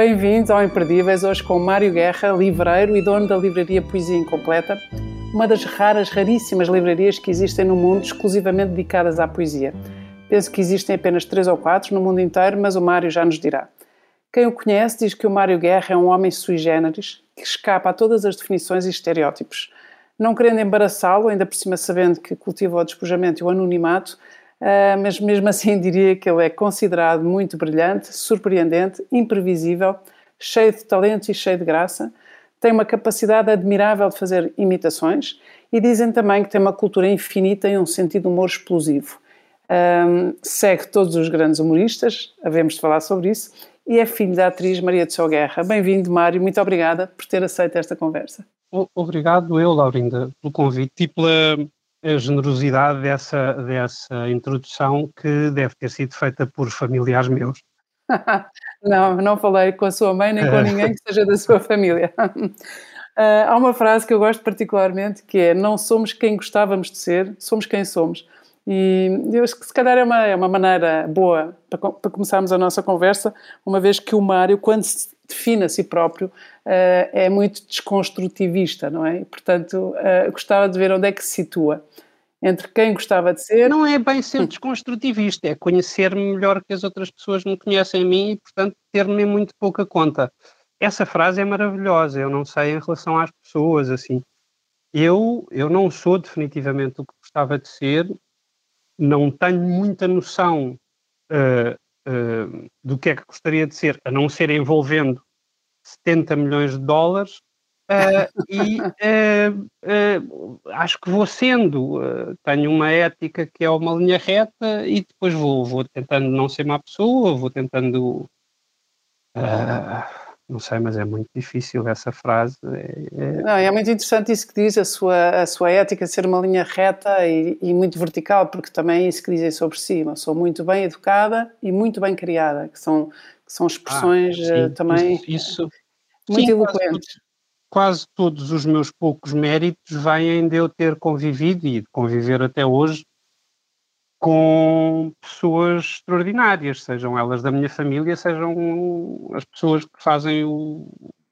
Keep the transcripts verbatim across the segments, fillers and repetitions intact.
Bem-vindos ao Imperdíveis, hoje com o Mário Guerra, livreiro e dono da livraria Poesia Incompleta, uma das raras, raríssimas livrarias que existem no mundo exclusivamente dedicadas à poesia. Penso que existem apenas três ou quatro no mundo inteiro, mas o Mário já nos dirá. Quem o conhece diz que o Mário Guerra é um homem sui generis, que escapa a todas as definições e estereótipos. Não querendo embaraçá-lo, ainda por cima sabendo que cultiva o despojamento e o anonimato, Uh, mas mesmo assim diria que ele é considerado muito brilhante, surpreendente, imprevisível, cheio de talento e cheio de graça, tem uma capacidade admirável de fazer imitações e dizem também que tem uma cultura infinita e um sentido de humor explosivo. Um, segue todos os grandes humoristas, havemos de falar sobre isso, e é filho da atriz Maria do Céu Guerra. Bem-vindo, Mário, muito obrigada por ter aceito esta conversa. Obrigado eu, Laurinda, pelo convite e pela a generosidade dessa, dessa introdução que deve ter sido feita por familiares meus. Não, não falei com a sua mãe nem com ninguém que seja da sua família. Uh, há uma frase que eu gosto particularmente que é: não somos quem gostávamos de ser, somos quem somos. E eu acho que se calhar é uma, é uma maneira boa para, para começarmos a nossa conversa, uma vez que o Mário, quando se define a si próprio, uh, é muito desconstrutivista, não é? E, portanto, uh, gostava de ver onde é que se situa entre quem gostava de ser... Não é bem ser desconstrutivista, é conhecer-me melhor que as outras pessoas me conhecem a mim e, portanto, ter-me muito pouca conta. Essa frase é maravilhosa, eu não sei em relação às pessoas, assim. Eu, eu não sou definitivamente o que gostava de ser, não tenho muita noção uh, uh, do que é que gostaria de ser, a não ser envolvendo setenta milhões de dólares, uh, e uh, uh, acho que vou sendo, uh, tenho uma ética que é uma linha reta e depois vou, vou tentando não ser má pessoa, vou tentando... Uh, não sei, mas é muito difícil essa frase. É, é... Não, é muito interessante isso que diz, a sua, a sua ética ser uma linha reta e, e muito vertical, porque também é isso que dizem sobre si. Eu sou muito bem educada e muito bem criada, que são, que são expressões ah, sim, também isso, isso, muito sim, eloquentes. Quase, quase todos os meus poucos méritos vêm de eu ter convivido e de conviver até hoje com pessoas extraordinárias, sejam elas da minha família, sejam as pessoas que fazem o...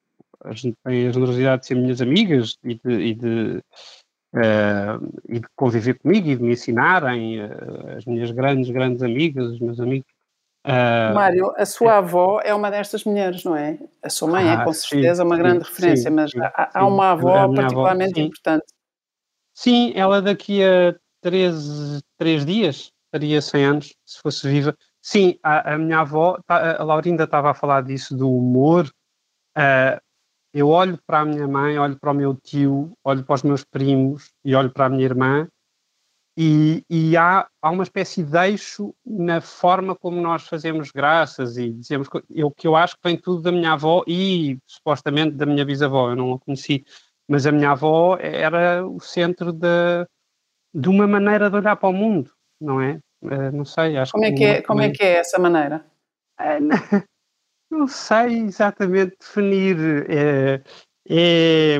têm a generosidade de ser minhas amigas e de, e de, uh, e de conviver comigo e de me ensinarem, uh, as minhas grandes, grandes amigas, os meus amigos. Uh, Mário, a sua avó é uma destas mulheres, não é? A sua mãe ah, é com sim, certeza uma sim, grande referência, sim, mas sim, há, há sim. uma avó particularmente avó, importante. Sim, ela daqui a três, três dias estaria cem anos, se fosse viva. Sim, a, a minha avó, a Laurinda estava a falar disso, do humor. Uh, eu olho para a minha mãe, olho para o meu tio, olho para os meus primos e olho para a minha irmã e, e há, há uma espécie de eixo na forma como nós fazemos graças e dizemos que eu, que eu acho que vem tudo da minha avó e supostamente da minha bisavó, eu não a conheci, mas a minha avó era o centro de, de uma maneira de olhar para o mundo, não é? Uh, não sei, acho como é que... que é, como é que é essa maneira? Uh, não, não sei exatamente definir, é, é,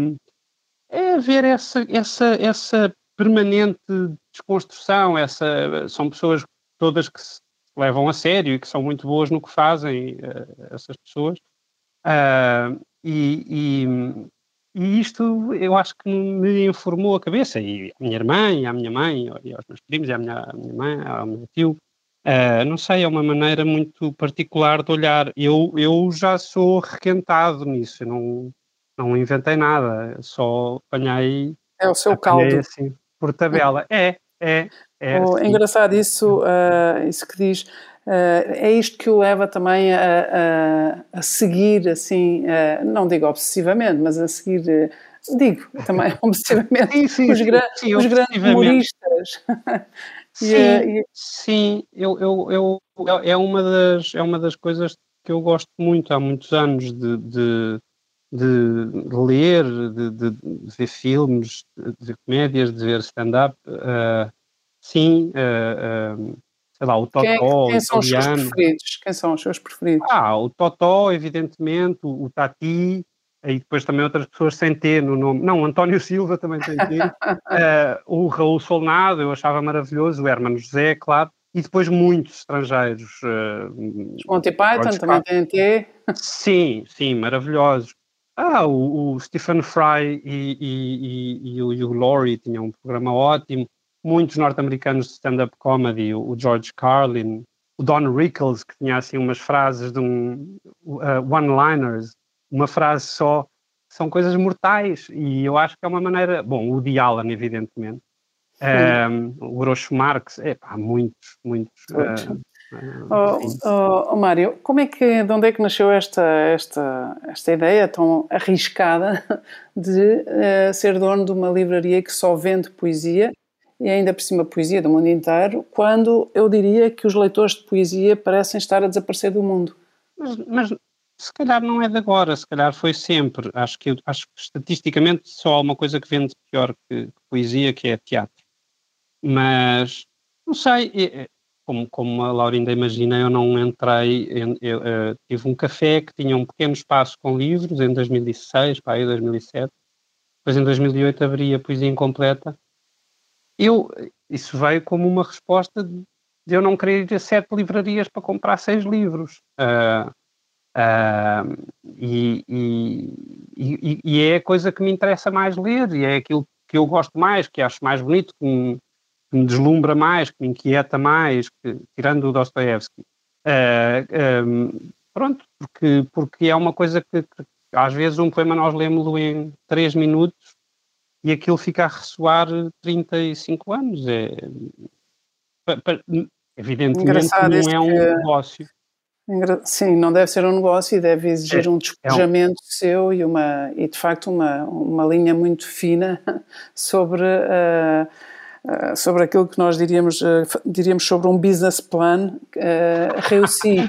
é ver essa, essa, essa permanente desconstrução, essa, são pessoas todas que se levam a sério e que são muito boas no que fazem, uh, essas pessoas, uh, e, e, e isto eu acho que me informou a cabeça, e a minha irmã, e a minha mãe, e aos meus primos, e à minha, à minha mãe, ao meu tio. Uh, não sei, é uma maneira muito particular de olhar. Eu, eu já sou requentado nisso, eu não, não inventei nada, só apanhei, É o seu apanhei caldo. assim por tabela. É, é, é. Oh, é engraçado isso, uh, isso que diz. Uh, é isto que o leva também a, a, a seguir, assim, uh, não digo obsessivamente, mas a seguir, uh, digo também obsessivamente, sim, sim, os, sim, gra sim, os grandes humoristas. Sim, e, e... sim, eu, eu, eu, é, uma das, é uma das coisas que eu gosto muito há muitos anos de, de, de ler, de, de, de ver filmes, de ver comédias, de ver stand-up. Uh, sim, uh, uh, sei lá, o Quem, Totó, o quem são os seus italiano. preferidos? Quem são os seus preferidos? Ah, o Totó, evidentemente, o, o Tati, e depois também outras pessoas sem T no nome. Não, o António Silva também tem T. uh, o Raul Solnado, eu achava maravilhoso, o Hermano José, claro. e depois muitos estrangeiros. Uh, Os Monty Python também têm T. Sim, sim, maravilhosos. Ah, o, o Stephen Fry e, e, e, e o Hugh Laurie tinham um programa ótimo. Muitos norte-americanos de stand-up comedy, o George Carlin, o Don Rickles, que tinha assim umas frases de um uh, one-liners, uma frase só, são coisas mortais, e eu acho que é uma maneira, bom, o Woody Allen, evidentemente, um, o Groucho Marx, é pá, muitos, muitos. Uh, uh, oh, oh, oh, Mário, como é que, de onde é que nasceu esta, esta, esta ideia tão arriscada de uh, ser dono de uma livraria que só vende poesia, e ainda por cima poesia do mundo inteiro, quando eu diria que os leitores de poesia parecem estar a desaparecer do mundo? Mas, mas se calhar não é de agora, se calhar foi sempre. Acho que, acho que estatisticamente só há uma coisa que vende pior que, que poesia, que é teatro. Mas, não sei, como, como a Laurinda imagina, eu não entrei, eu, eu, eu tive um café que tinha um pequeno espaço com livros em dois mil e seis, para aí dois mil e sete, depois em dois mil e oito abri a Poesia Incompleta. Eu, isso veio como uma resposta de eu não querer ir a sete livrarias para comprar seis livros. Uh, uh, e, e, e, e é a coisa que me interessa mais ler, e é aquilo que eu gosto mais, que acho mais bonito, que me, que me deslumbra mais, que me inquieta mais, que, tirando o Dostoiévski. Uh, um, pronto, porque, porque é uma coisa que, que às vezes um poema nós lemos-lo em três minutos e aquilo fica a ressoar trinta e cinco anos. É, evidentemente Engraçado não isso é um que... negócio. Sim, não deve ser um negócio e deve exigir É, um é um, despojamento seu e, uma, e de facto uma, uma linha muito fina sobre, uh, uh, sobre aquilo que nós diríamos, uh, diríamos sobre um business plan uh, réussi.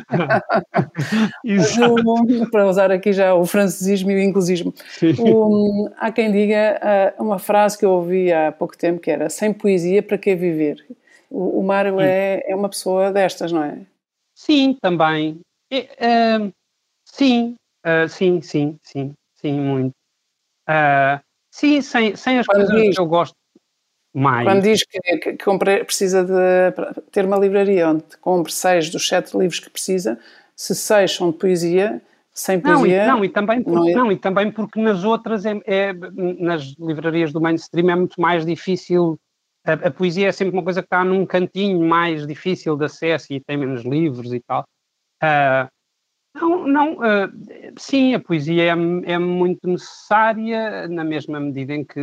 o, para usar aqui já o francesismo e o inglesismo. O, há quem diga uh, uma frase que eu ouvi há pouco tempo que era: sem poesia para que viver? O, o Mário é, é uma pessoa destas, não é? Sim, também. É, uh, sim, uh, sim, sim, sim, sim, muito. Uh, sim, sem, sem as Quando coisas diz, que eu gosto mais. quando diz que, que, que compre, precisa de ter uma livraria onde compre seis dos sete livros que precisa, se seis são de poesia, sem Não, e, poesia... não, e também Não porque, é... não, e também porque nas outras, é, é, nas livrarias do mainstream é muito mais difícil. A, a poesia é sempre uma coisa que está num cantinho mais difícil de acesso e tem menos livros e tal. Uh, Não, não uh, sim, a poesia é, é muito necessária na mesma medida em que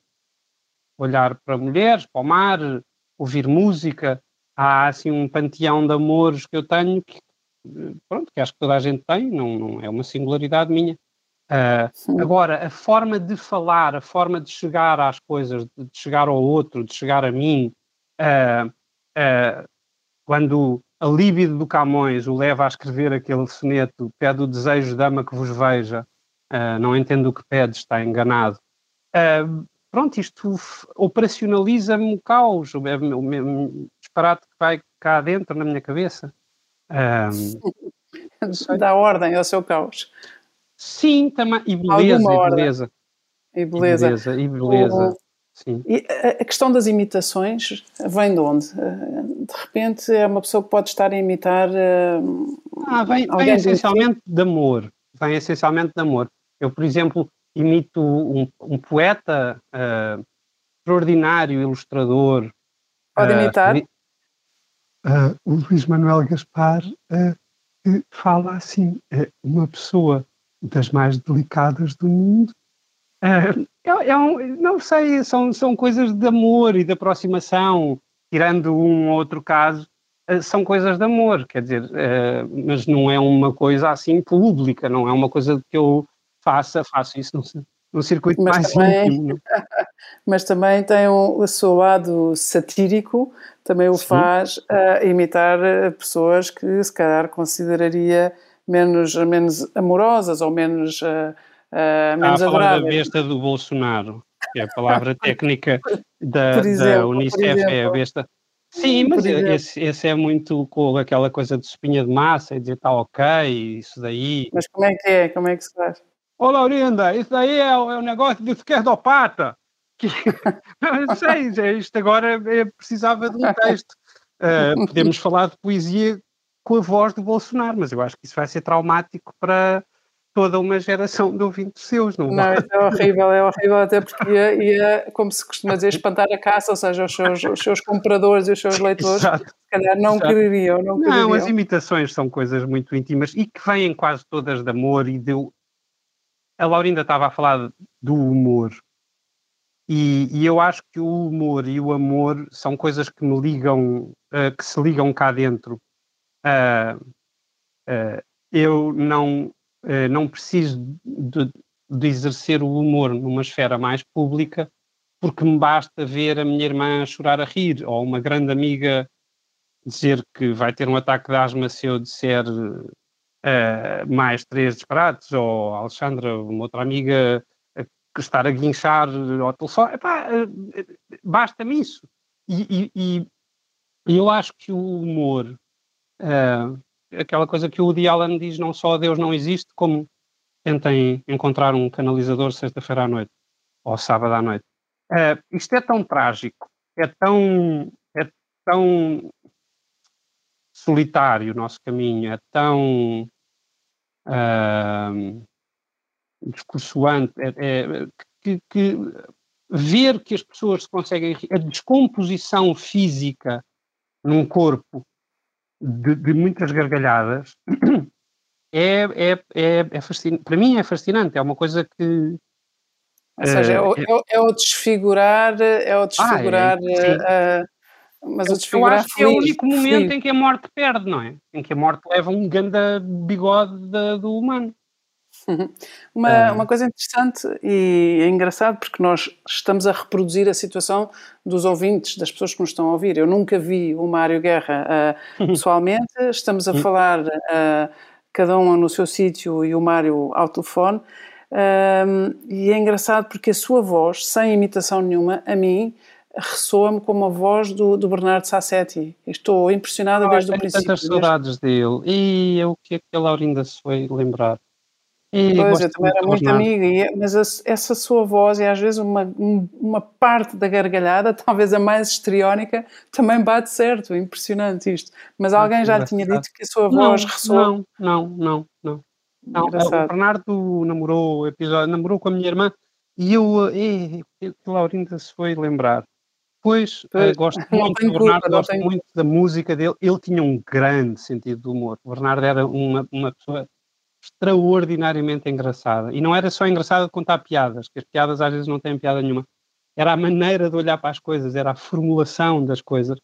olhar para mulheres, para o mar, ouvir música. Há assim um panteão de amores que eu tenho que, pronto, que acho que toda a gente tem, não, não é uma singularidade minha. Uh, agora, a forma de falar, a forma de chegar às coisas, de chegar ao outro, de chegar a mim, uh, uh, quando a líbido do Camões o leva a escrever aquele soneto, pede o desejo, dama que vos veja, uh, não entendo o que pede, está enganado. Uh, pronto, isto operacionaliza-me o caos, o mesmo, o mesmo disparate que vai cá dentro na minha cabeça. Uh, Dá ordem ao seu caos. sim, também, e beleza, Alguma e ordem. beleza, E e beleza. beleza, e beleza, O, sim. e a, a questão das imitações vem de onde? De repente é uma pessoa que pode estar a imitar uh, Ah, vem, vem alguém de si. essencialmente de amor. Vem essencialmente de amor. Eu, por exemplo, imito um, um poeta uh, extraordinário, ilustrador. Pode Uh, imitar? uh, o Luís Manuel Gaspar, uh, que fala assim, é uma pessoa das mais delicadas do mundo. Uh, é, é um, não sei, são, são coisas de amor e de aproximação, tirando um ou outro caso. Uh, são coisas de amor, quer dizer, uh, mas não é uma coisa assim pública, não é uma coisa que eu faça, faço isso num, num circuito Mas mais também, íntimo. mas também tem um, o seu lado satírico, também o Sim. faz uh, imitar pessoas que se calhar consideraria menos, menos amorosas ou menos, uh, uh, Está a menos falar da adoráveis. besta do Bolsonaro, que é a palavra técnica da, Por da exemplo, por Unicef, é a exemplo, besta. Sim, por mas exemplo. esse, esse é muito com aquela coisa de espinha de massa e dizer está ok, isso daí. Mas como é que é? Como é que se faz? Ô, Laurinda, isso daí é o, é o negócio do esquerdopata. Que, não sei, isto agora é, precisava de um texto Uh, podemos falar de poesia com a voz do Bolsonaro, mas eu acho que isso vai ser traumático para toda uma geração de ouvintes seus, não Não, vai? isso é horrível, é horrível até porque ia, ia, como se costuma dizer, espantar a caça, ou seja, os seus, os seus compradores e os seus leitores, Exato, se calhar não exato. quereriam, não Não, as quereriam. imitações são coisas muito íntimas e que vêm quase todas de amor e de... A Laurinda estava a falar do humor e, e eu acho que o humor e o amor são coisas que me ligam, uh, que se ligam cá dentro. Uh, uh, eu não, uh, não preciso de, de exercer o humor numa esfera mais pública porque me basta ver a minha irmã chorar a rir ou uma grande amiga dizer que vai ter um ataque de asma se eu disser uh, mais três disparates, ou a Alexandra, uma outra amiga, uh, que estar a guinchar ao telefone. Epá, uh, basta-me isso. E, e, e eu acho que o humor, uh, aquela coisa que o Woody Allen diz, não só Deus não existe, como tentem encontrar um canalizador sexta-feira à noite, ou sábado à noite. Uh, isto é tão trágico, é tão, é tão solitário o nosso caminho, é tão uh, discursoante, é, é, que, que ver que as pessoas conseguem, a descomposição física num corpo de, de muitas gargalhadas é, é, é, é fascinante. Para mim é fascinante, é uma coisa que Ou seja, é uh, o, é, é o- é o desfigurar, é o ah, é, desfigurar, sim. eh, uh, mas o Eu, eu desfigurar acho que é o feliz, único momento feliz. em que a morte perde, não é? Em que a morte leva um ganda bigode da, do humano. Uhum. Uma, Uh, uma coisa interessante e é engraçado porque nós estamos a reproduzir a situação dos ouvintes, das pessoas que nos estão a ouvir. Eu nunca vi o Mário Guerra uh, pessoalmente, estamos a falar uh, cada um no seu sítio e o Mário ao telefone. Uh, e é engraçado porque a sua voz, sem imitação nenhuma, a mim, ressoa-me como a voz do, do Bernardo Sassetti. Estou impressionada Ai, desde o tenho princípio. tantas Desde... saudades dele. E o que é que a Laurinda se foi lembrar? E Pois, eu gosto também muito era do muito Bernardo. amiga, e é- mas a- essa sua voz e às vezes uma, um- uma parte da gargalhada, talvez a mais histriónica, também bate certo. Impressionante isto. Mas Ah, alguém que já lhe tinha engraçado. dito que a sua voz Não, ressoa. não, não, não, não. Não, eh, o Engraçado. Bernardo namorou, episódio, namorou com a minha irmã e eu, eh, eh, que Laurinda se foi lembrar. Pois, eh, Pois, gosto não muito do tenho Bernardo, culpa, não gosto tenho muito culpa. da música dele. Ele tinha um grande sentido de humor. O Bernardo era uma, uma pessoa extraordinariamente engraçada. E não era só engraçada de contar piadas, que as piadas às vezes não têm piada nenhuma. Era a maneira de olhar para as coisas, era a formulação das coisas.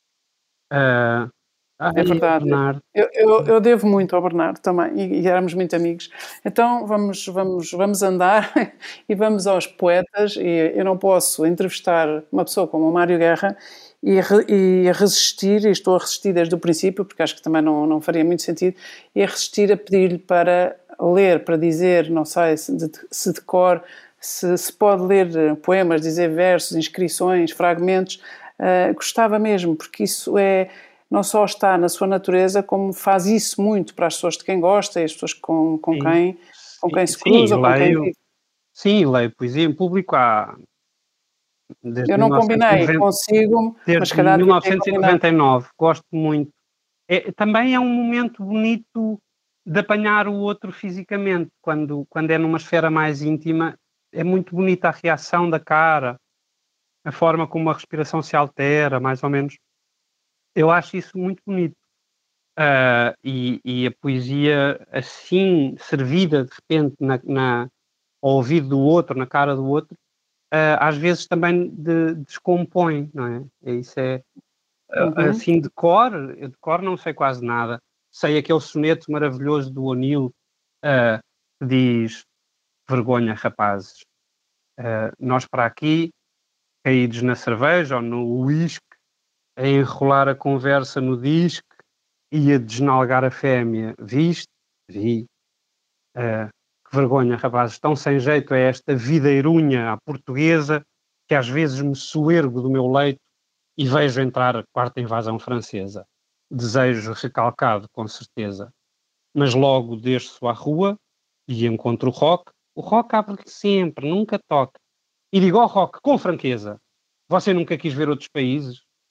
Ah, É ai, o verdade. Bernardo. Eu, eu, eu devo muito ao Bernardo também, e, e éramos muito amigos. Então vamos, vamos, vamos andar e vamos aos poetas. E eu não posso entrevistar uma pessoa como o Mário Guerra e, re, e resistir, e estou a resistir desde o princípio, porque acho que também não, não faria muito sentido, e a resistir a pedir-lhe para ler, para dizer, não sei se de, se de cor, se, se pode ler poemas, dizer versos, inscrições, fragmentos. Uh, gostava mesmo, porque isso é não só está na sua natureza, como faz isso muito para as pessoas de quem gosta e as pessoas com, com, Sim, quem, com sim, quem se sim, cruza, com quem leio, vive. sim, leio poesia em público há, desde Eu não combinei mil novecentos e noventa, consigo, mas se desde calhar devia ter combinado. mil novecentos e noventa e nove. Gosto muito. É, também é um momento bonito de apanhar o outro fisicamente, quando, quando é numa esfera mais íntima, é muito bonita a reação da cara, a forma como a respiração se altera, mais ou menos. Eu acho isso muito bonito. Ah, e, e a poesia assim, servida de repente na, na, ao ouvido do outro, na cara do outro, ah, às vezes também de, descompõe, não é? É Isso é, ah, Uhum. assim, de cor, eu de cor não sei quase nada. Sei aquele soneto maravilhoso do O'Neill, ah, que diz: vergonha, rapazes, ah, nós para aqui, caídos na cerveja ou no uísque, a enrolar a conversa no disque e a desnalgar a fêmea. Viste? Vi. Ah, que vergonha, rapazes, tão sem jeito é esta videirunha à portuguesa que às vezes me soergo do meu leito e vejo entrar a quarta invasão francesa. Desejo recalcado, com certeza. Mas logo desço à rua e encontro o Rock. O Rock abre-lhe sempre, nunca toca. E digo ao Rock, com franqueza, você nunca quis ver outros países?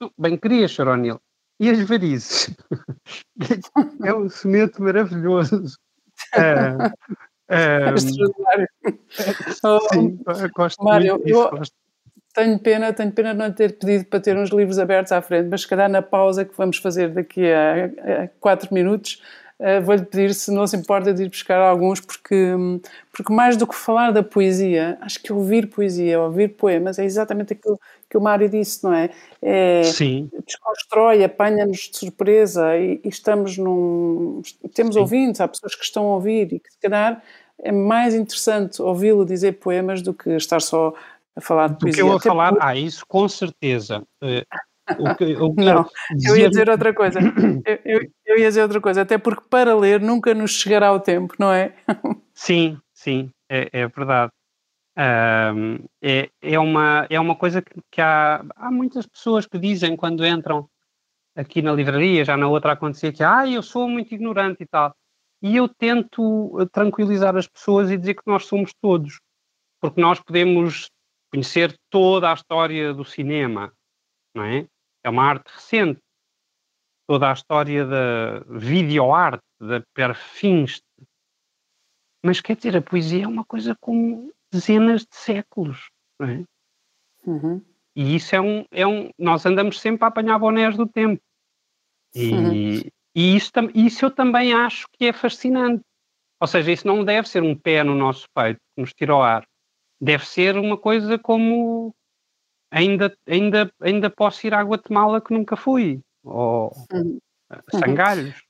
Bem queria, senhor O'Neill. E as varizes? É um soneto maravilhoso. Uh, É extraordinário. Sim, gosto Mário, muito disso. eu Gosto. tenho pena, tenho pena de não ter pedido para ter uns livros abertos à frente, mas se calhar na pausa que vamos fazer daqui a, a quatro minutos, uh, vou-lhe pedir se não se importa de ir buscar alguns, porque, porque mais do que falar da poesia, acho que ouvir poesia, ouvir poemas, é exatamente aquilo que o Mário disse, não é? É Sim. Desconstrói, apanha-nos de surpresa e, e estamos num... Temos Sim. ouvintes, há pessoas que estão a ouvir e que se calhar é mais interessante ouvi-lo dizer poemas do que estar só a falar de Do poesia. que eu a Até falar, porque... ah, isso com certeza. Uh, o que eu Não, eu ia dizer outra coisa. dizer... Eu, eu, eu ia dizer outra coisa, até porque para ler nunca nos chegará o tempo, não é? Sim, sim, é, é verdade. Um, é, é, uma, é uma coisa que, que há, há muitas pessoas que dizem quando entram aqui na livraria, já na outra acontecia que ah, eu sou muito ignorante e tal. E eu tento tranquilizar as pessoas e dizer que nós somos todos, porque nós podemos conhecer toda a história do cinema, não é? É uma arte recente. Toda a história da videoarte, da perfins. Mas quer dizer, a poesia é uma coisa com dezenas de séculos, não é? Uhum. E isso é um, é um... Nós andamos sempre a apanhar bonés do tempo. Uhum. E, e isso, isso eu também acho que é fascinante. Ou seja, isso não deve ser um pé no nosso peito, que nos tira ao ar. Deve ser uma coisa como ainda, ainda, ainda posso ir à Guatemala que nunca fui. Ou Uhum. Sangalhos.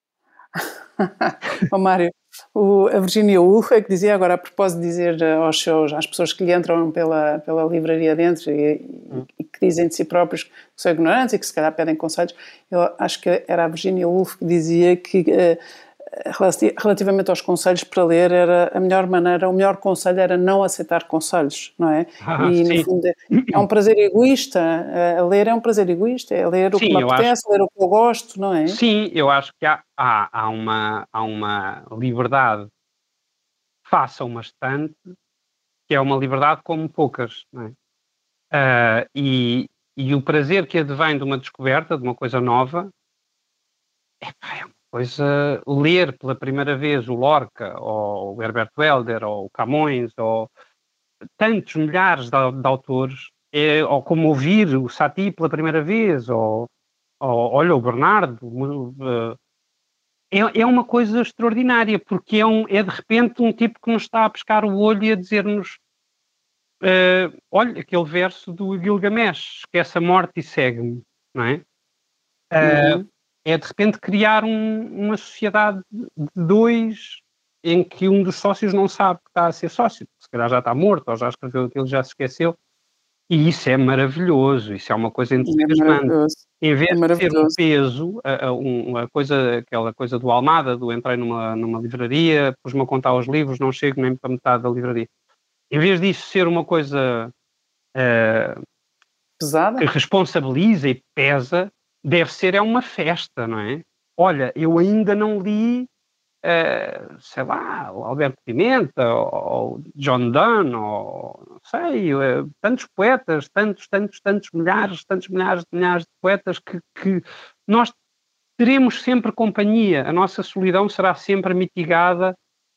Oh, Mário, o, a Virginia Woolf é que dizia agora, a propósito de dizer aos seus, às pessoas que lhe entram pela, pela livraria dentro e, Hum. e que dizem de si próprios que são ignorantes e que se calhar pedem conselhos, eu acho que era a Virginia Woolf que dizia que uh, relativamente aos conselhos para ler, era a melhor maneira, o melhor conselho era não aceitar conselhos, não é? Ah, E no sim. fundo é um prazer egoísta, a ler é um prazer egoísta, é ler o que Sim, me eu acho. apetece, ler o que eu gosto, não é? Sim, eu acho que há, há, há, uma, há uma liberdade face a uma estante que é uma liberdade como poucas, não é? Uh, e, e o prazer que advém de uma descoberta, de uma coisa nova, epá, é uma coisa... Ler pela primeira vez o Lorca, ou o Herbert Welder, ou o Camões, ou tantos milhares de, de autores, é, ou como ouvir o Satie pela primeira vez, ou, ou olha, o Bernardo... Uh, É, é uma coisa extraordinária, porque é, um, é de repente um tipo que nos está a pescar o olho e a dizer-nos uh, olha, aquele verso do Gilgamesh, esquece a morte e segue-me, não é? Uh, Uhum. é de repente criar um, uma sociedade de dois em que um dos sócios não sabe que está a ser sócio, se calhar já está morto ou já escreveu aquilo, já se esqueceu, e isso é maravilhoso, isso é uma coisa É entusiasmante. maravilhoso. Em vez É de ser um maravilhoso. peso, a, a, um, a coisa, aquela coisa do Almada, do entrei numa, numa livraria, pus-me a contar os livros, não chego nem para metade da livraria. Em vez disso ser uma coisa uh, que Pesada? responsabiliza e pesa, deve ser é uma festa, não é? Olha, eu ainda não li, uh, sei lá, o Alberto Pimenta, ou, ou John Donne, ou não sei, uh, tantos poetas, tantos, tantos, tantos milhares, tantos milhares de milhares de poetas que, que nós teremos sempre companhia. A nossa solidão será sempre mitigada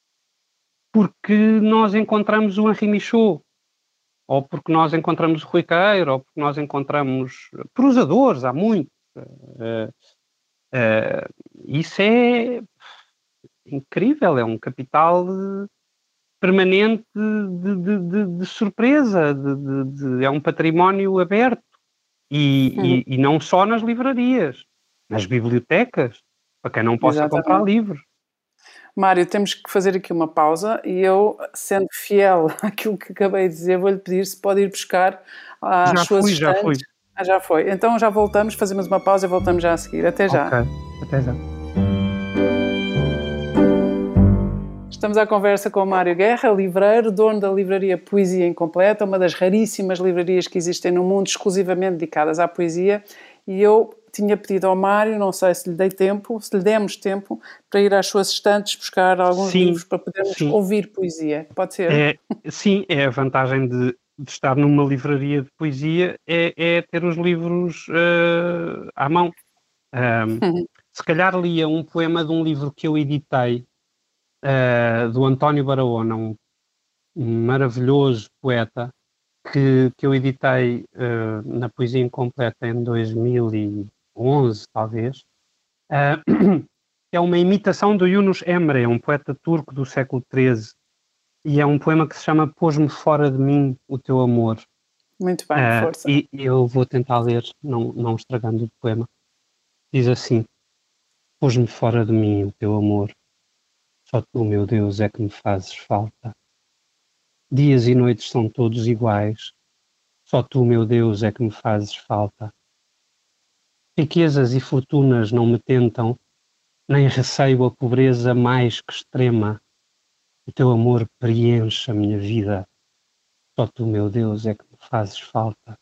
porque nós encontramos o Henri Michaud, ou porque nós encontramos o Rui Queiro, ou porque nós encontramos prosadores, há muitos. Uh, uh, isso é incrível, é um capital permanente de, de, de, de surpresa, de, é um património aberto. E, e, e não só nas livrarias, nas bibliotecas, para quem não possa comprar Exatamente. livros. Mário, temos que fazer aqui uma pausa e eu, sendo fiel àquilo que acabei de dizer, vou-lhe pedir se pode ir buscar às Já suas fui, já estantes. fui. Ah, já foi. Então já voltamos, fazemos uma pausa e voltamos já a seguir. Até Ok, já. até já. Estamos à conversa com o Mário Guerra, livreiro, dono da livraria Poesia Incompleta, uma das raríssimas livrarias que existem no mundo exclusivamente dedicadas à poesia. E eu tinha pedido ao Mário, não sei se lhe dei tempo, se lhe demos tempo, para ir às suas estantes buscar alguns Sim, livros para podermos sim. ouvir poesia. Pode ser? É, sim, é a vantagem de de estar numa livraria de poesia é, é ter os livros uh, à mão. Um, se calhar lia um poema de um livro que eu editei, uh, do António Barahona, um, um maravilhoso poeta, que, que eu editei uh, na Poesia Incompleta em dois mil e onze, talvez. Uh, é uma imitação do Yunus Emre, um poeta turco do século treze, e é um poema que se chama Pôs-me fora de mim o teu amor. Muito bem, Uh, força. e eu vou tentar ler, não, não estragando o poema. Diz assim: pôs-me fora de mim o teu amor, só tu, meu Deus, é que me fazes falta. Dias e noites são todos iguais, só tu, meu Deus, é que me fazes falta. Riquezas e fortunas não me tentam, nem receio a pobreza mais que extrema. O teu amor preenche a minha vida, só tu, meu Deus, é que me fazes falta.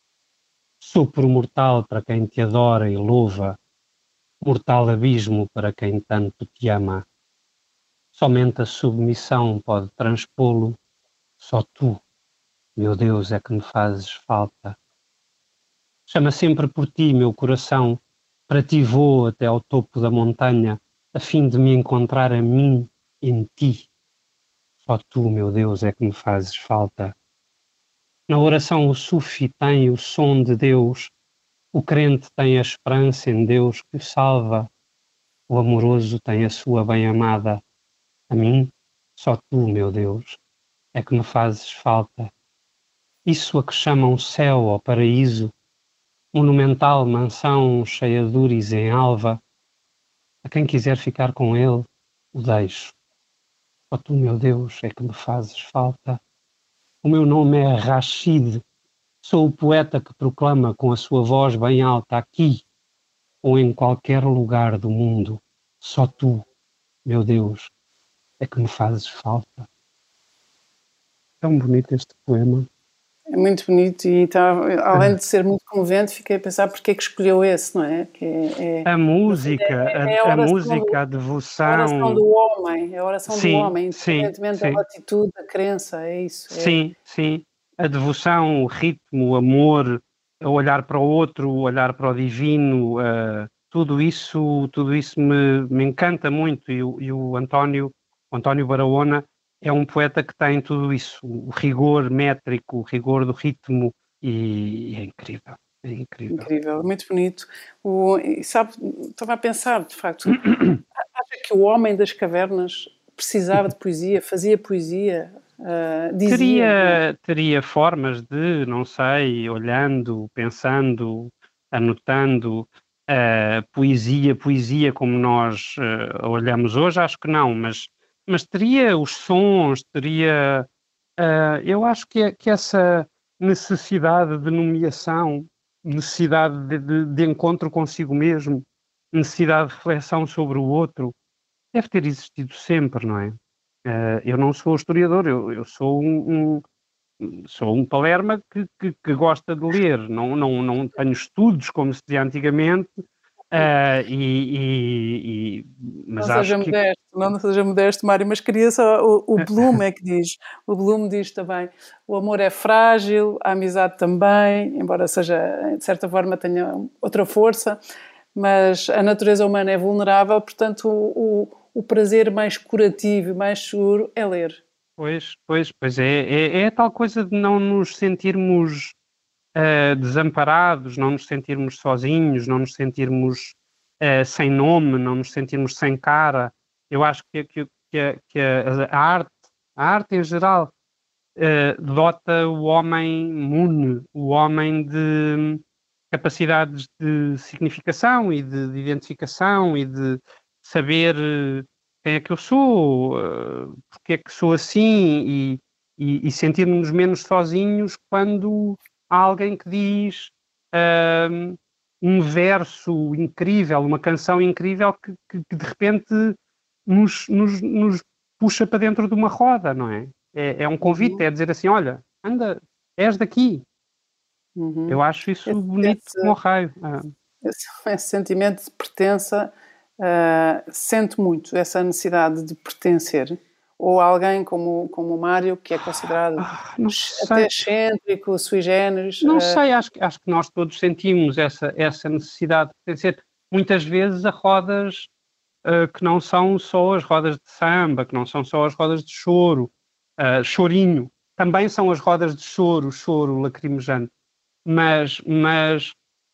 Sopro mortal para quem te adora e louva, mortal abismo para quem tanto te ama. Somente a submissão pode transpô-lo, só tu, meu Deus, é que me fazes falta. Chama sempre por ti, meu coração, para ti vou até ao topo da montanha, a fim de me encontrar a mim em ti. Só tu, meu Deus, é que me fazes falta. Na oração o sufi tem o som de Deus, o crente tem a esperança em Deus que o salva, o amoroso tem a sua bem-amada. A mim, só tu, meu Deus, é que me fazes falta. Isso a que chamam céu ou paraíso, monumental mansão cheia de úris em alva, a quem quiser ficar com ele, o deixo. Só tu, meu Deus, é que me fazes falta. O meu nome é Rashid, sou o poeta que proclama com a sua voz bem alta aqui ou em qualquer lugar do mundo. Só tu, meu Deus, é que me fazes falta. Tão bonito este poema. É muito bonito e tá, além de ser muito comovente, fiquei a pensar porque é que escolheu esse, não é? Que é, é a música, é, é a, a, a música, do, a devoção. A oração do homem, é a oração sim, do homem, sim, independentemente sim. da atitude, da crença, é isso. É... Sim, sim. A devoção, o ritmo, o amor, o olhar para o outro, o olhar para o divino, uh, tudo isso, tudo isso me, me encanta muito. E, e o António, o António Barahona é um poeta que tem tudo isso, o rigor métrico, o rigor do ritmo, e, e é incrível. É incrível. Incrível, muito bonito. O, e sabe, estava a pensar, de facto, acha que o homem das cavernas precisava de poesia, fazia poesia, uh, dizia... Teria, teria formas de, não sei, olhando, pensando, anotando, uh, poesia, poesia como nós uh, olhamos hoje, acho que não, mas, mas teria os sons, teria... Uh, eu acho que, que essa necessidade de nomeação, necessidade de, de, de encontro consigo mesmo, necessidade de reflexão sobre o outro, deve ter existido sempre, não é? Uh, eu não sou historiador, eu, eu sou um, um, sou um palerma que, que, que gosta de ler, não, não, não tenho estudos como se dizia antigamente, uh, e, e, e, mas Não acho seja que... modesto, não, não seja modesto, Mário, mas queria só, o, o Bloom é que diz, o Bloom diz também, o amor é frágil, a amizade também, embora seja, de certa forma, tenha outra força, mas a natureza humana é vulnerável, portanto o, o, o prazer mais curativo e mais seguro é ler. Pois, pois, pois é, é, é a tal coisa de não nos sentirmos uh, desamparados, não nos sentirmos sozinhos, não nos sentirmos uh, sem nome, não nos sentirmos sem cara. Eu acho que, que, que, a, que a, a arte, a arte em geral, uh, dota o homem imune, o homem de capacidades de significação e de, de identificação e de saber quem é que eu sou, uh, porque é que sou assim, e, e, e sentirmos menos sozinhos quando há alguém que diz uh, um verso incrível, uma canção incrível que, que, que de repente nos, nos, nos puxa para dentro de uma roda, não é? É, é um convite, Uhum. é dizer assim, olha, anda, és daqui. Uhum. Eu acho isso esse, bonito esse, como raio. Ah. Esse, esse sentimento de pertença, uh, sente muito essa necessidade de pertencer. ou alguém como, como o Mário, que é considerado Ah, não até sei. excêntrico, sui generis? Não Uh, sei, acho, que- acho que nós todos sentimos essa, essa necessidade de pertencer, muitas vezes a rodas uh, que não são só as rodas de samba, que não são só as rodas de choro, uh, chorinho, também são as rodas de choro, choro lacrimejante, mas, mas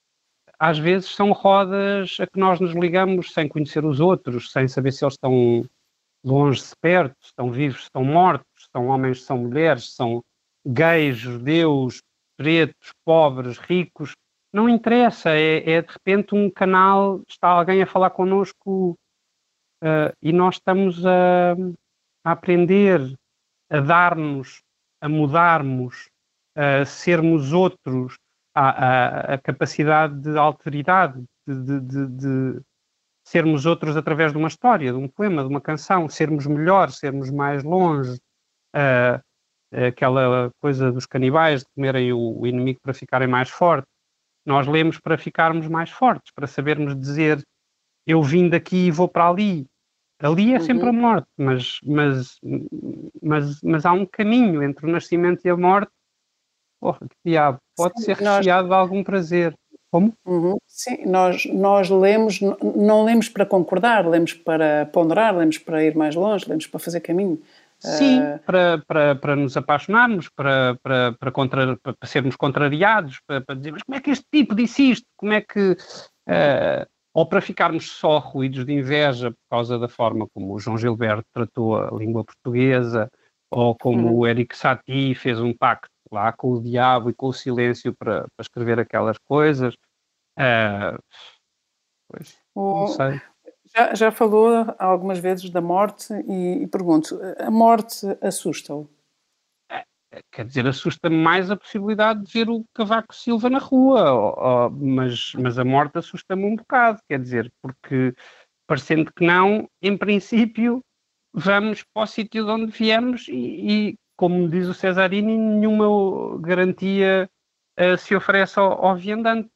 às vezes são rodas a que nós nos ligamos sem conhecer os outros, sem saber se eles estão longe, se perto, se estão vivos, se estão mortos, se são homens, se são mulheres, se são gays, judeus, pretos, pobres, ricos, não interessa, é, é de repente um canal, está alguém a falar connosco uh, e nós estamos a, a aprender, a dar-nos, a mudarmos, a sermos outros, a, a, a capacidade de alteridade, de, de, de, de sermos outros através de uma história, de um poema, de uma canção, sermos melhores, sermos mais longe, uh, aquela coisa dos canibais de comerem o, o inimigo para ficarem mais fortes. Nós lemos para ficarmos mais fortes, para sabermos dizer eu vim daqui e vou para ali. Ali é sempre a uhum. morte, mas, mas, mas, mas há um caminho entre o nascimento e a morte. Porra, que diabo, pode Sim, ser nós, recheado de algum prazer. Como? uhum, sim, nós, nós lemos, n- não lemos para concordar, lemos para ponderar, lemos para ir mais longe, lemos para fazer caminho. Sim, Uh, para, para, para nos apaixonarmos, para, para, para, contra, para, para sermos contrariados, para, para dizer, mas como é que este tipo disse isto? Como é que... Uh, ou para ficarmos só ruídos de inveja por causa da forma como o João Gilberto tratou a língua portuguesa, ou como uhum. o Eric Satie fez um pacto lá com o diabo e com o silêncio para, para escrever aquelas coisas. Uh, pois, não O- sei. já, já falou algumas vezes da morte e, e pergunto, a morte assusta-o? Quer dizer, assusta-me mais a possibilidade de ver o Cavaco Silva na rua, ó- ó, mas, mas a morte assusta-me um bocado, quer dizer, porque parecendo que não, em princípio vamos para o sítio de onde viemos e, e, como diz o Cesarini, nenhuma garantia uh, se oferece ao, ao viandante.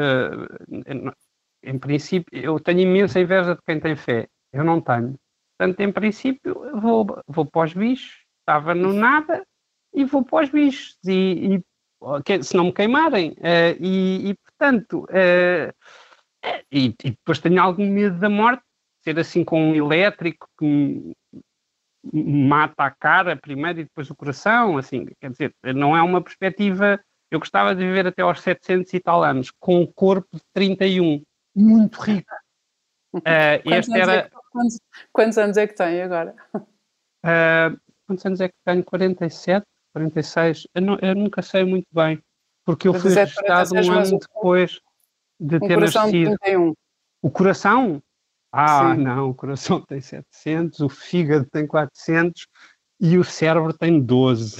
Uh, em princípio, eu tenho imensa inveja de quem tem fé, eu não tenho. Portanto, em princípio, eu vou, vou para os bichos, estava no nada e vou para os bichos, e, e que- se não me queimarem. Uh, e, e, portanto, uh, e, e depois tenho algum medo da morte, ser assim com um elétrico que me mata a cara primeiro e depois o coração, assim, quer dizer, não é uma perspectiva. Eu gostava de viver até aos setecentos e tal anos, com um corpo de trinta e um, muito rico. Uh, Quantos este anos é era. que, quantos, quantos anos é que tem agora? Uh, quantos anos é que tenho? quarenta e sete, quarenta e seis? Eu, não, eu nunca sei muito bem, porque eu fui quarenta e sete, registado quarenta e seis, um mas ano um, depois de um ter coração de nascido. trinta e um. O coração? Ah, Sim. não, o coração tem setecentos, o fígado tem quatrocentos e o cérebro tem doze.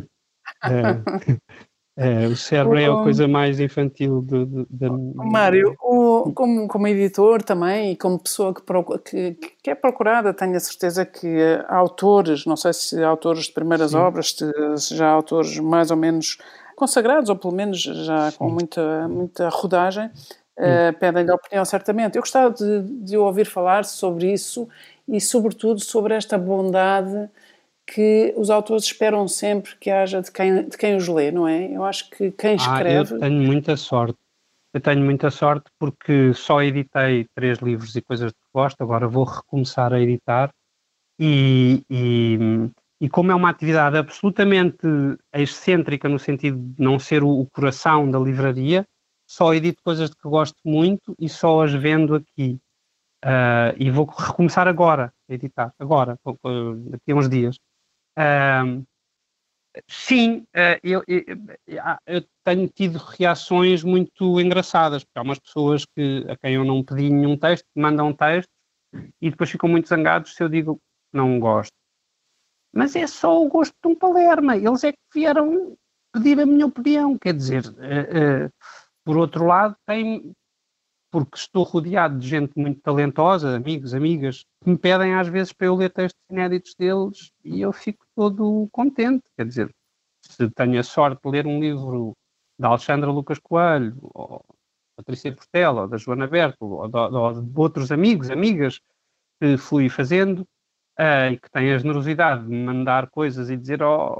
É, é, o cérebro é a O, coisa mais infantil do, do, da. o Mário, o, como, como editor também e como pessoa que, procu- que, que é procurada, tenho a certeza que eh, autores, não sei se autores de primeiras Sim, obras, se, se já autores mais ou menos consagrados, ou pelo menos já com sim, muita, muita rodagem, sim. uh, pedem-lhe opinião certamente. Eu gostava de, de ouvir falar sobre isso e, sobretudo, sobre esta bondade que os autores esperam sempre que haja de quem, de quem os lê, não é? Eu acho que quem Ah, eu escreve... tenho muita sorte. Eu tenho muita sorte porque só editei três livros e coisas de que gosto, agora vou recomeçar a editar e, e, e como é uma atividade absolutamente excêntrica no sentido de não ser o, o coração da livraria, só edito coisas de que gosto muito e só as vendo aqui. Uh, e vou recomeçar agora a editar, agora, daqui a uns dias. Uh, sim, uh, eu, eu, eu tenho tido reações muito engraçadas, porque há umas pessoas que, a quem eu não pedi nenhum texto, mandam texto e depois ficam muito zangados se eu digo que não gosto. Mas é só o gosto de um palerma, eles é que vieram pedir a minha opinião, quer dizer, uh, uh, por outro lado, tem, porque estou rodeado de gente muito talentosa, amigos, amigas, que me pedem às vezes para eu ler textos inéditos deles e eu fico todo contente. Quer dizer, se tenho a sorte de ler um livro da Alexandra Lucas Coelho, ou Patrícia Portela, ou da Joana Berto, ou de, ou de outros amigos, amigas que fui fazendo, uh, e que tem a generosidade de me mandar coisas e dizer, oh,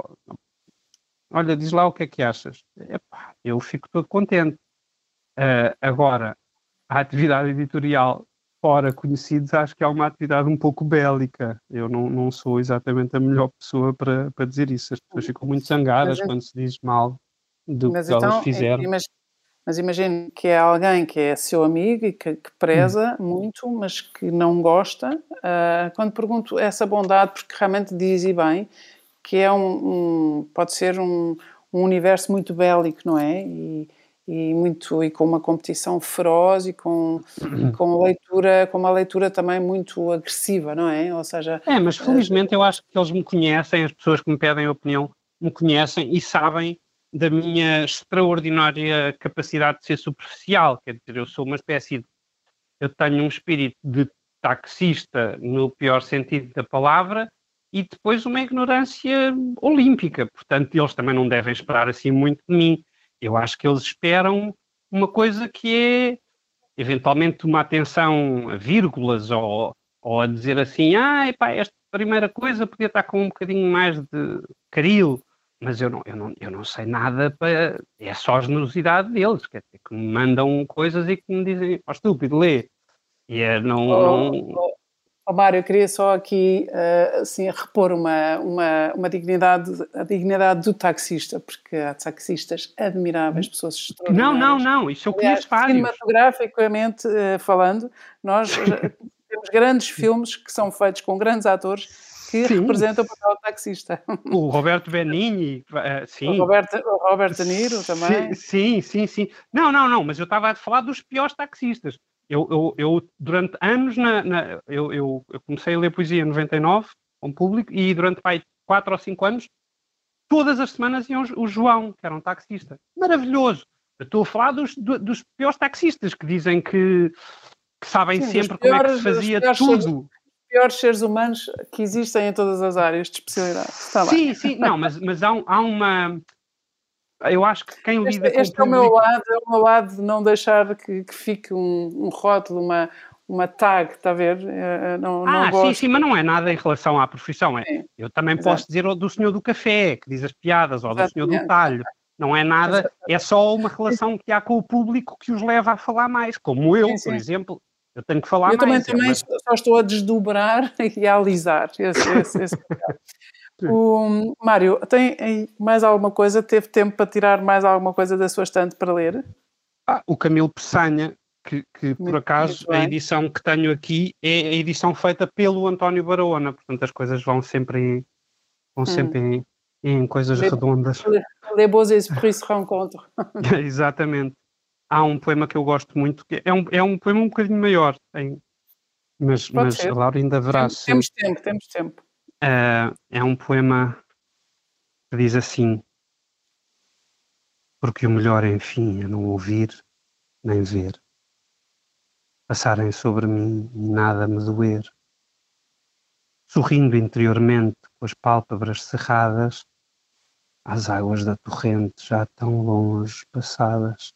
olha, diz lá o que é que achas. Epá, eu fico todo contente. Uh, agora, a atividade editorial fora conhecidos, acho que é uma atividade um pouco bélica. Eu não, não sou exatamente a melhor pessoa para, para dizer isso. As pessoas ficam muito Mas, zangadas quando se diz mal do mas que elas então, fizeram. imag- mas imagine que é alguém que é seu amigo e que, que Hum. preza muito, mas que não gosta. ah, quando pergunto essa bondade, porque realmente diz e bem, que é um, um- pode ser um, um universo muito bélico, não é? E, e muito e com uma competição feroz e com e com leitura, com uma leitura também muito agressiva, não é? Ou seja, É, mas ah, felizmente eu acho que eles me conhecem, as pessoas que me pedem opinião me conhecem e sabem da minha extraordinária capacidade de ser superficial. Quer dizer, eu sou uma espécie de. Eu tenho um espírito de taxista no pior sentido da palavra e depois uma ignorância olímpica. Portanto, eles também não devem esperar assim muito de mim. Eu acho que eles esperam uma coisa que é eventualmente uma atenção a vírgulas ou, ou a dizer assim, ah, epá, esta primeira coisa podia estar com um bocadinho mais de caril, mas eu não, eu não, eu não sei nada para... É só a generosidade deles, quer dizer, que me mandam coisas e que me dizem, ó estúpido, lê. E é, não, oh, não... oh, oh, Mário, eu queria só aqui ah, assim repor uma, uma, uma dignidade, a dignidade do taxista, porque há taxistas admiráveis, pessoas Não, não, extraordinárias. não, isso eu Aliás, conheço vários. cinematograficamente eh, falando, nós já temos grandes filmes que são feitos com grandes atores que Sim, representam o papel do taxista. o Roberto Benigni, eh, O sim. Roberto, o Robert De Niro Sim, também. sim, sim, sim. Não, não, não, mas eu estava a falar dos piores taxistas. Eu, eu, eu durante anos, na, na- eu, eu, eu comecei a ler poesia em noventa e nove, com público, e durante pai, quatro ou cinco anos, todas as semanas iam o João, que era um taxista. Maravilhoso. Eu estou a falar dos, do- dos piores taxistas, que dizem que, que sabem Sim, dos sempre como é que se piores, dos fazia piores seres, tudo. piores seres humanos que existem em todas as áreas de especialidade. Está bem. Sim, sim, não, mas, mas há, um- há uma... Eu acho que quem Este, lida com o este é o meu público... lado, é o meu lado de não deixar que, que fique um, um rótulo, uma, uma tag, está a ver? Eh, eh, Não, não Ah, sim, gosto. sim, mas não é nada em relação à profissão. É. Sim, Eu também posso exato. dizer o do senhor do café, que diz as piadas, ou do senhor do Exatamente. talho. Não é nada, Exato. é só uma relação que há com o público que os leva a falar mais. Como eu, Sim, por sim. exemplo, eu tenho que falar Eu também, mais. É também uma... só estou a desdobrar e a alisar esse, esse, esse papel. O, Mário, tem aí mais alguma coisa? Teve tempo para tirar mais alguma coisa da sua estante para ler? Ah, o Camilo Peçanha, que, que por Muito, acaso muito a bem. edição que tenho aqui é a edição feita pelo António Barahona, portanto as coisas vão sempre em, vão sempre Hum. em, em coisas Les, redondas. les, les beaux esprits se rencontrent. Exatamente. Há um poema que eu gosto muito, que é um, é um poema um bocadinho maior, em- mas, Pode mas a ser. Laurinda verá Tem- se. Temos tempo, temos tempo. eh, é um poema que diz assim: porque o melhor, enfim, é não ouvir nem ver, passarem sobre mim e nada me doer, sorrindo interiormente com as pálpebras cerradas, às águas da torrente já tão longe passadas,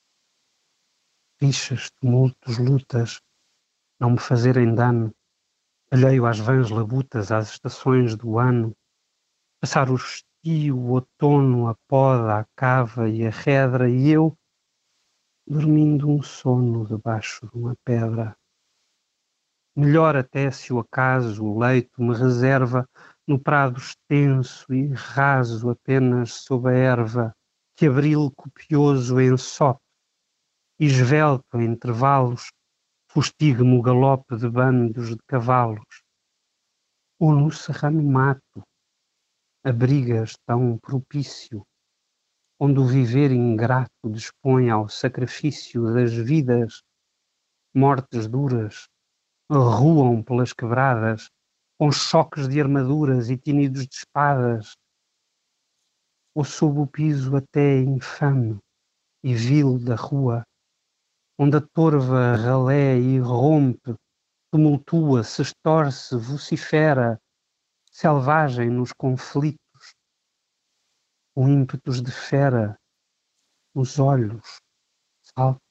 rixas, tumultos, lutas, não me fazerem dano, alheio às vãs labutas, às estações do ano, passar o estio, o outono, a poda, a cava e a redra, e eu, dormindo um sono debaixo de uma pedra. Melhor até se o acaso, o leito, me reserva no prado extenso e raso apenas sob a erva, que abril copioso ensope, e esvelto em intervalos, fustigue-me o galope de bandos de cavalos, ou no serrano mato, abrigas tão propício, onde o viver ingrato dispõe ao sacrifício das vidas, mortes duras, arruam pelas quebradas, com choques de armaduras e tinidos de espadas, ou sob o piso até infame e vil da rua, onde a torva ralé e rompe, tumultua, se estorce, vocifera, selvagem nos conflitos, com ímpetos de fera, nos olhos, saltos,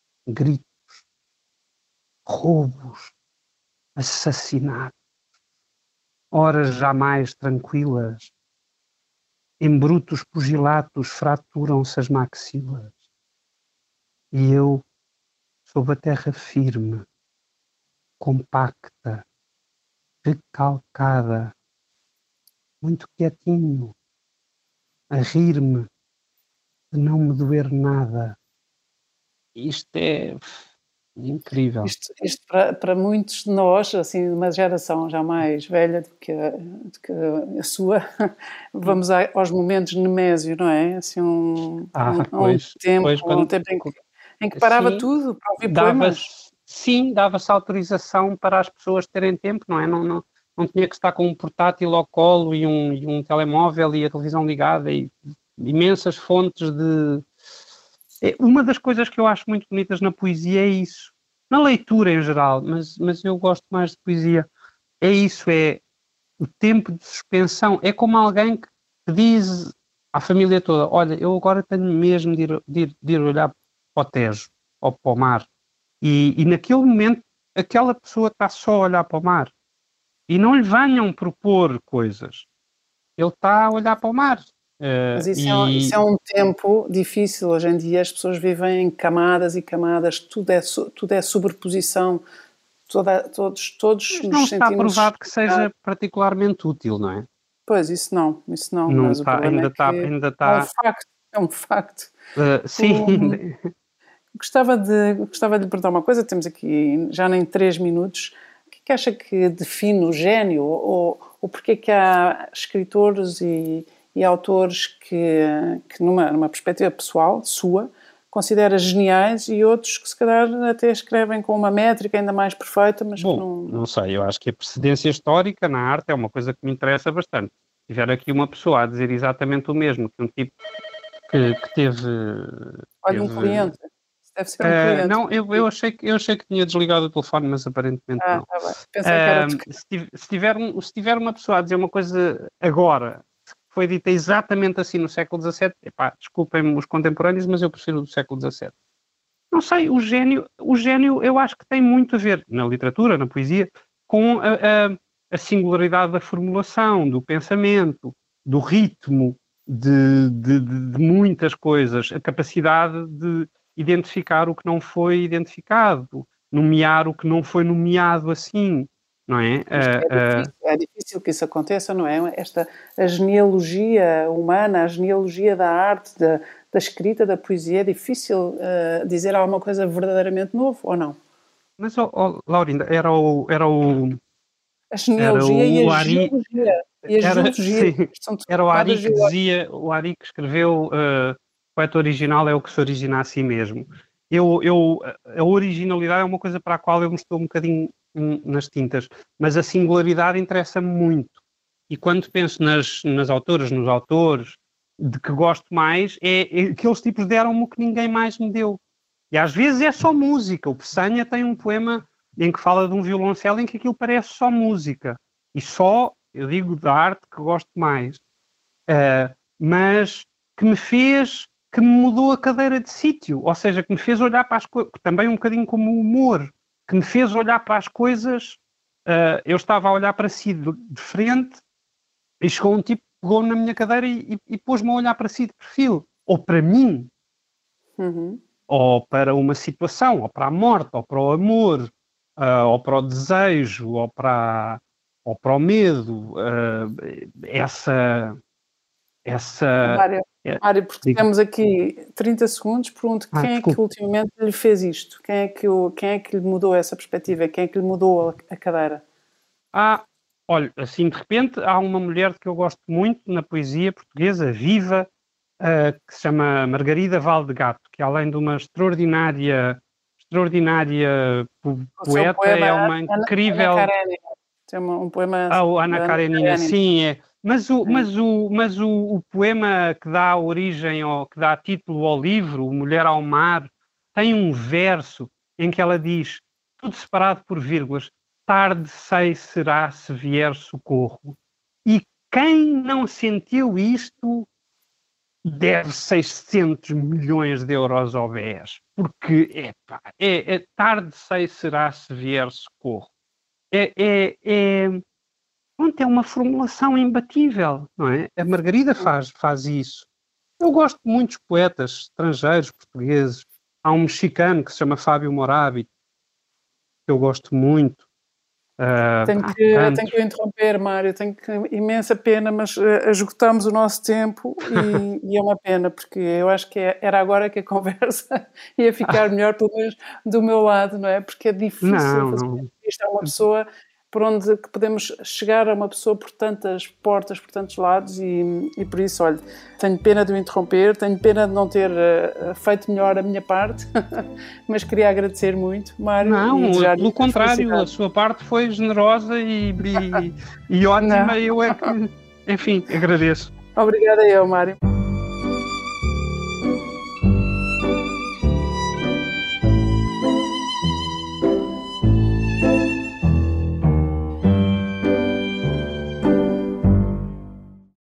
gritos, roubos, assassinatos, horas jamais tranquilas, em brutos pugilatos fraturam-se as maxilas, e eu, sob a terra firme, compacta, recalcada, muito quietinho, a rir-me de não me doer nada. Isto é incrível. Isto, isto para, para muitos de nós, assim, de uma geração já mais velha do que a, do que a sua, vamos a, aos momentos de Nemésio, não é? Assim, um, Ah, um, pois, um tempo, pois, quando, um tempo em que, em que parava sim, tudo para ouvir dava poemas. sim, dava-se autorização para as pessoas terem tempo, não é? Não, não, não tinha que estar com um portátil ao colo e um, e um telemóvel e a televisão ligada e imensas fontes de... É, uma das coisas que eu acho muito bonitas na poesia é isso. Na leitura em geral, mas, mas eu gosto mais de poesia. É isso, é o tempo de suspensão. É como alguém que diz à família toda: olha, eu agora tenho mesmo de ir, de ir, de ir olhar para o Tejo ou para o mar. E, e naquele momento, aquela pessoa está só a olhar para o mar. E não lhe venham propor coisas. Ele está a olhar para o mar. Uh, Mas isso é, isso é e um tempo difícil. Hoje em dia as pessoas vivem em camadas e camadas, tudo é, tudo é sobreposição, toda, todos, todos não nos está sentimos... provado que seja particularmente útil, não é? Pois, isso não, isso não, Não mas o está, problema ainda é está, que ainda é um está. facto, é um facto. Uh, sim, O, gostava, de, gostava de lhe perguntar uma coisa, temos aqui já nem três minutos. O que é que acha que define o gênio? Ou, ou porque é que há escritores e, e autores que, que numa, numa perspectiva pessoal, sua, considera geniais e outros que se calhar até escrevem com uma métrica ainda mais perfeita, mas que bom, não... não sei, eu acho que a precedência histórica na arte é uma coisa que me interessa bastante. Se tiver aqui uma pessoa a dizer exatamente o mesmo que um tipo que, que teve, Olha, um teve cliente, isso deve ser um uh, cliente. não, eu, eu, achei que, eu achei que tinha desligado o telefone, mas aparentemente Ah, não. está bem. Pensei que era outro. Uh, se, tiv- se tiver um, se tiver uma pessoa a dizer uma coisa agora, que foi dita exatamente assim no século dezassete, epá, desculpem-me os contemporâneos, mas eu prefiro o do século dezassete. Não sei, o gênio, o gênio eu acho que tem muito a ver, na literatura, na poesia, com a, a, a singularidade da formulação, do pensamento, do ritmo, de, de, de, de muitas coisas, a capacidade de identificar o que não foi identificado, nomear o que não foi nomeado assim, não é? Mas Uh, é uh, difícil, é difícil que isso aconteça, não é? Esta, a genealogia humana, a genealogia da arte, da, da escrita, da poesia, é difícil uh, dizer alguma coisa verdadeiramente novo, ou não? mas, oh, oh, Laurinda, era o, era o, A era genealogia e o, a o Ari, geologia. E a era, geologia, sim, são tudo era o Ari camadas que geológicas. dizia, o Ari que escreveu, uh, o poeta original é o que se origina a si mesmo. Eu, eu, a originalidade é uma coisa para a qual eu me estou um bocadinho hum, nas tintas, mas a singularidade interessa-me muito. E quando penso nas, nas autoras, nos autores, de que gosto mais, é, é aqueles tipos deram-me o que ninguém mais me deu. E às vezes é só música. O Peçanha tem um poema em que fala de um violoncelo em que aquilo parece só música. E só, eu digo, da arte que gosto mais. Uh, mas que me fez, que me mudou a cadeira de sítio. Ou seja, que me fez olhar para as coisas, também um bocadinho como o humor, que me fez olhar para as coisas. Uh, eu estava a olhar para si de, de frente e chegou um tipo, pegou na minha cadeira e, e, e pôs-me a olhar para si de perfil. Ou para mim. Uhum. Ou para uma situação, ou para a morte, ou para o amor, uh, ou para o desejo, ou para, ou para o medo. Uh, essa. Oh, essa Mário, é, Mário, porque diga. temos aqui trinta segundos, pergunto Ah, quem é que desculpe. ultimamente lhe fez isto? Quem é que, o, quem é que lhe mudou essa perspectiva? Quem é que lhe mudou a, a cadeira? Ah, olha, assim de repente há uma mulher que eu gosto muito na poesia portuguesa, viva, uh, que se chama Margarida Valdegato, que além de uma extraordinária, extraordinária po- O seu poeta, poema é uma Ana, Ana incrível. Karenina. Tem uma, um poema Ah, o Ana da Ana Karenina, Karenina. sim, é. Mas o, É. mas o, mas o, o poema que dá origem, ao, que dá título ao livro, Mulher ao Mar, tem um verso em que ela diz, tudo separado por vírgulas, tarde sei será se vier socorro. E quem não sentiu isto deve seiscentos milhões de euros ao B E S, porque epá, é, é tarde sei será se vier socorro. É, é, é, pronto, é uma formulação imbatível, não é? A Margarida faz, faz isso. Eu gosto de muitos poetas estrangeiros, portugueses. Há um mexicano que se chama Fábio Morabito, que eu gosto muito. Uh, tenho, que, tenho que interromper, Mário, tenho que, imensa pena, mas uh, esgotamos o nosso tempo e, e é uma pena, porque eu acho que é, era agora que a conversa ia ficar melhor, pelo menos do meu lado, não é? Porque é difícil não, fazer não. isto a uma pessoa por onde que podemos chegar a uma pessoa por tantas portas, por tantos lados e, e por isso, olha, tenho pena de o interromper, tenho pena de não ter uh, feito melhor a minha parte, mas queria agradecer muito, Mário. Não, e pelo contrário, a sua parte foi generosa e, e, e ótima, não. Eu é que, enfim, agradeço. Obrigada eu, Mário.